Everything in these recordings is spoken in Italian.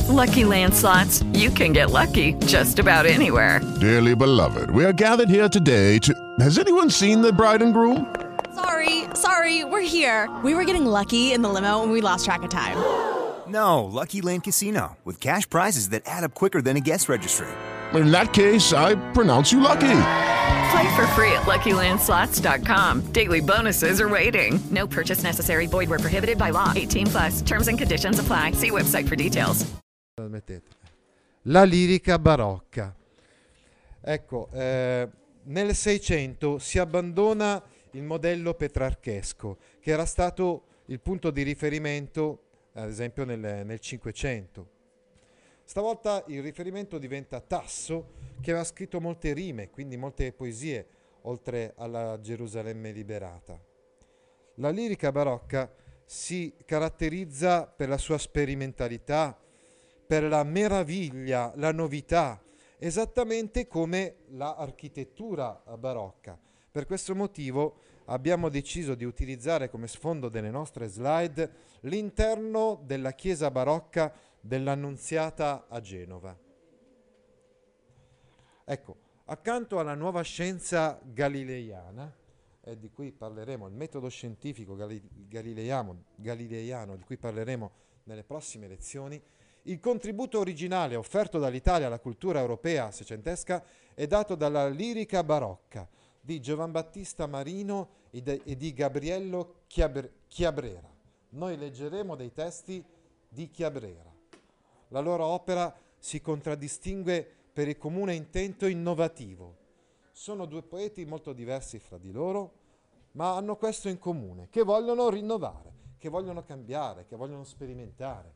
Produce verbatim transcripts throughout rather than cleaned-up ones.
Lucky Land Slots, you can get lucky just about anywhere. Dearly beloved, we are gathered here today to... Has anyone seen the bride and groom? Sorry, sorry, we're here. We were getting lucky in the limo and we lost track of time. No, Lucky Land Casino, with cash prizes that add up quicker than a guest registry. In that case, I pronounce you lucky. Play for free at Lucky Land Slots dot com. Daily bonuses are waiting. No purchase necessary. Void where prohibited by law. eighteen plus. Terms and conditions apply. See website for details. La lirica barocca. Ecco, eh, nel Seicento si abbandona il modello petrarchesco, che era stato il punto di riferimento, ad esempio, nel, nel Cinquecento. Stavolta il riferimento diventa Tasso, che aveva scritto molte rime, quindi molte poesie, oltre alla Gerusalemme liberata. La lirica barocca si caratterizza per la sua sperimentalità, per la meraviglia, la novità, esattamente come l'architettura barocca. Per questo motivo abbiamo deciso di utilizzare come sfondo delle nostre slide l'interno della chiesa barocca dell'Annunziata a Genova. Ecco, accanto alla nuova scienza galileiana, eh, di cui parleremo, il metodo scientifico gali- galileiano, galileiano, di cui parleremo nelle prossime lezioni, il contributo originale offerto dall'Italia alla cultura europea seicentesca è dato dalla lirica barocca di Giovan Battista Marino e, de- e di Gabriello Chiabr- Chiabrera. Noi leggeremo dei testi di Chiabrera. La loro opera si contraddistingue per il comune intento innovativo. Sono due poeti molto diversi fra di loro, ma hanno questo in comune, che vogliono rinnovare, che vogliono cambiare, che vogliono sperimentare,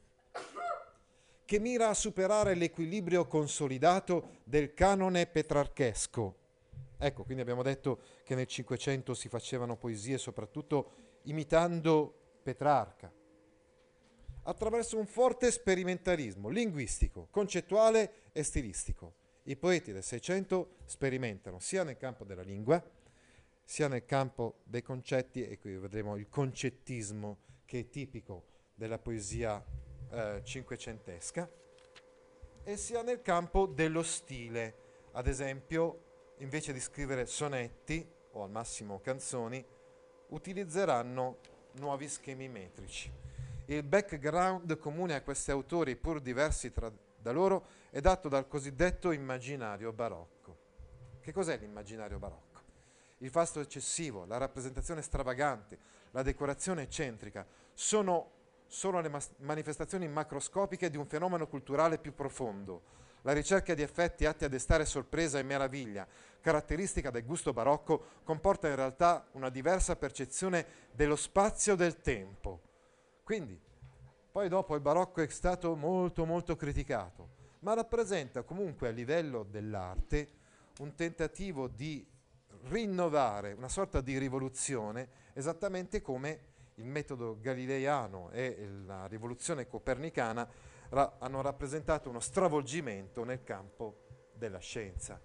che mira a superare l'equilibrio consolidato del canone petrarchesco. Ecco, quindi abbiamo detto che nel Cinquecento si facevano poesie soprattutto imitando Petrarca, attraverso un forte sperimentalismo linguistico, concettuale e stilistico. I poeti del Seicento sperimentano sia nel campo della lingua, sia nel campo dei concetti, e qui vedremo il concettismo che è tipico della poesia eh, cinquecentesca, e sia nel campo dello stile. Ad esempio, invece di scrivere sonetti o al massimo canzoni, utilizzeranno nuovi schemi metrici. Il background comune a questi autori, pur diversi tra da loro, è dato dal cosiddetto immaginario barocco. Che cos'è l'immaginario barocco? Il fasto eccessivo, la rappresentazione stravagante, la decorazione eccentrica sono solo le mas- manifestazioni macroscopiche di un fenomeno culturale più profondo. La ricerca di effetti atti a destare sorpresa e meraviglia, caratteristica del gusto barocco, comporta in realtà una diversa percezione dello spazio e del tempo. Quindi, poi dopo il barocco è stato molto molto criticato, ma rappresenta comunque a livello dell'arte un tentativo di rinnovare, una sorta di rivoluzione, esattamente come il metodo galileiano e la rivoluzione copernicana ra- hanno rappresentato uno stravolgimento nel campo della scienza.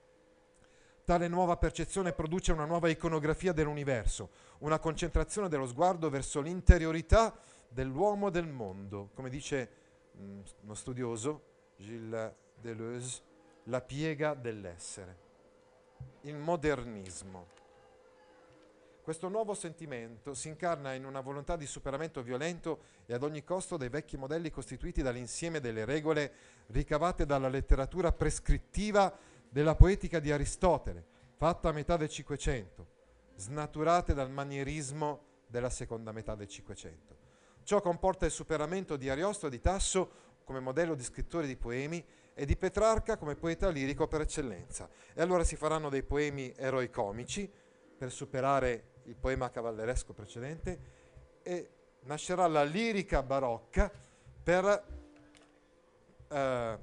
Tale nuova percezione produce una nuova iconografia dell'universo, una concentrazione dello sguardo verso l'interiorità dell'uomo e del mondo, come dice mh, uno studioso, Gilles Deleuze, la piega dell'essere. Il modernismo. Questo nuovo sentimento si incarna in una volontà di superamento violento e ad ogni costo dei vecchi modelli costituiti dall'insieme delle regole ricavate dalla letteratura prescrittiva della poetica di Aristotele, fatta a metà del Cinquecento, snaturate dal manierismo della seconda metà del Cinquecento. Ciò comporta il superamento di Ariosto e di Tasso come modello di scrittore di poemi e di Petrarca come poeta lirico per eccellenza. E allora si faranno dei poemi eroicomici per superare il poema cavalleresco precedente, e nascerà la lirica barocca per, eh,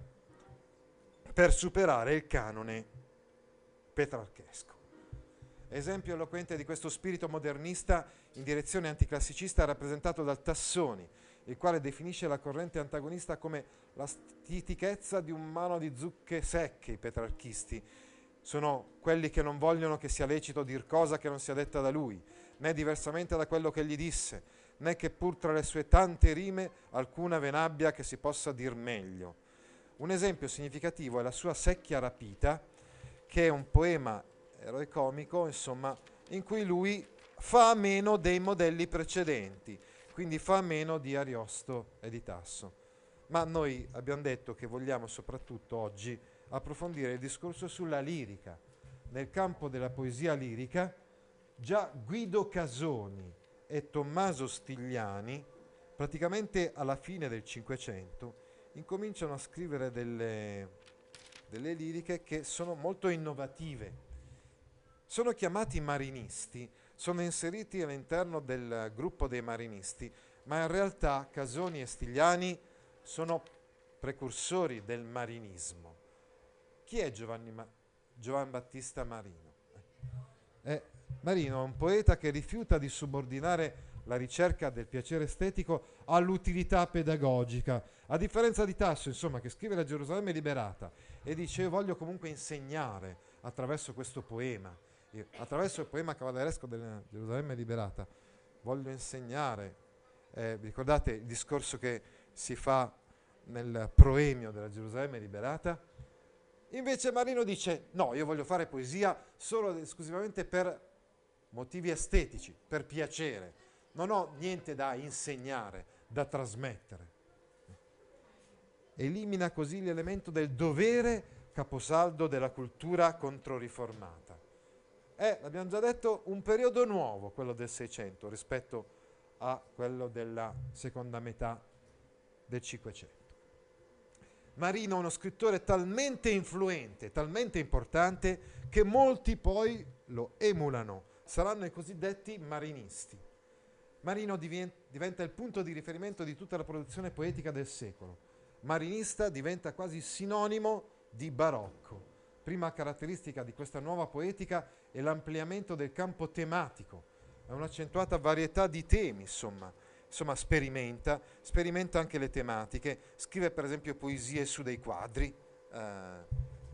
per superare il canone petrarchesco. Esempio eloquente di questo spirito modernista in direzione anticlassicista è rappresentato dal Tassoni, il quale definisce la corrente antagonista come la stitichezza di un mano di zucche secche. I petrarchisti sono quelli che non vogliono che sia lecito dir cosa che non sia detta da lui, né diversamente da quello che gli disse, né che pur tra le sue tante rime alcuna ve n'abbia che si possa dir meglio. Un esempio significativo è la sua Secchia rapita, che è un poema eroe-comico, insomma, in cui lui fa a meno dei modelli precedenti, quindi fa a meno di Ariosto e di Tasso. Ma noi abbiamo detto che vogliamo soprattutto oggi approfondire il discorso sulla lirica. Nel campo della poesia lirica, già Guido Casoni e Tommaso Stigliani, praticamente alla fine del Cinquecento, incominciano a scrivere delle, delle liriche che sono molto innovative. Sono chiamati marinisti, sono inseriti all'interno del gruppo dei marinisti, ma in realtà Casoni e Stigliani sono precursori del marinismo. Chi è Giovanni Ma- Giovan Battista Marino? Eh, Marino è un poeta che rifiuta di subordinare la ricerca del piacere estetico all'utilità pedagogica, a differenza di Tasso, insomma, che scrive La Gerusalemme liberata e dice: io voglio comunque insegnare attraverso questo poema, io, attraverso il poema cavalleresco della Gerusalemme liberata, voglio insegnare. Eh, ricordate il discorso che si fa nel proemio della Gerusalemme liberata? Invece Marino dice: no, io voglio fare poesia solo ed esclusivamente per motivi estetici, per piacere. Non ho niente da insegnare, da trasmettere. Elimina così l'elemento del dovere caposaldo della cultura controriformata. È, l'abbiamo già detto, un periodo nuovo, quello del Seicento, rispetto a quello della seconda metà del Cinquecento. Marino è uno scrittore talmente influente, talmente importante, che molti poi lo emulano. Saranno i cosiddetti marinisti. Marino divien- diventa il punto di riferimento di tutta la produzione poetica del secolo. Marinista diventa quasi sinonimo di barocco. Prima caratteristica di questa nuova poetica è l'ampliamento del campo tematico, è un'accentuata varietà di temi, insomma. Insomma, sperimenta, sperimenta anche le tematiche, scrive per esempio poesie su dei quadri, eh,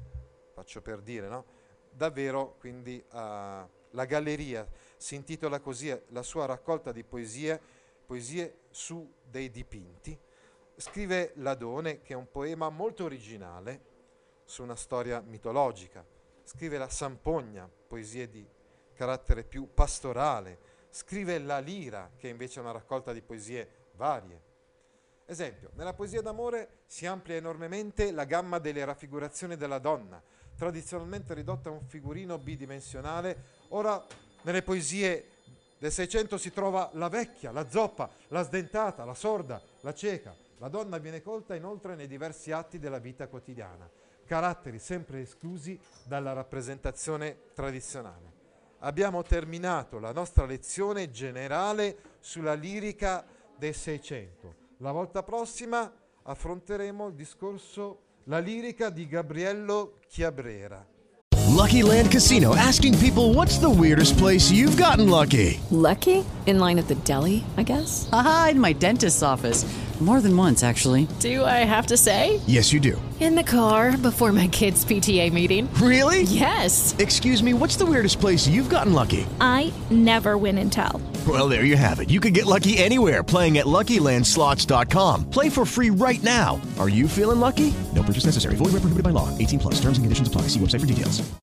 faccio per dire, no? Davvero, quindi, uh, la galleria si intitola così, la sua raccolta di poesie, poesie su dei dipinti. Scrive L'Adone, che è un poema molto originale su una storia mitologica. Scrive La Sampogna, poesie di carattere più pastorale. Scrive La Lira, che invece è una raccolta di poesie varie. Esempio, nella poesia d'amore si amplia enormemente la gamma delle raffigurazioni della donna, tradizionalmente ridotta a un figurino bidimensionale. Ora nelle poesie del Seicento si trova la vecchia, la zoppa, la sdentata, la sorda, la cieca. La donna viene colta inoltre nei diversi atti della vita quotidiana, caratteri sempre esclusi dalla rappresentazione tradizionale. Abbiamo terminato la nostra lezione generale sulla lirica del Seicento. La volta prossima affronteremo il discorso, la lirica di Gabriello Chiabrera. Lucky Land Casino, asking people, what's the weirdest place you've gotten lucky? Lucky? In line at the deli, I guess? Aha, in my dentist's office. More than once, actually. Do I have to say? Yes, you do. In the car before my kids' P T A meeting. Really? Yes. Excuse me, what's the weirdest place you've gotten lucky? I never win and tell. Well, there you have it. You can get lucky anywhere, playing at Lucky Land Slots dot com. Play for free right now. Are you feeling lucky? No purchase necessary. Void where prohibited by law. eighteen plus. Terms and conditions apply. See website for details.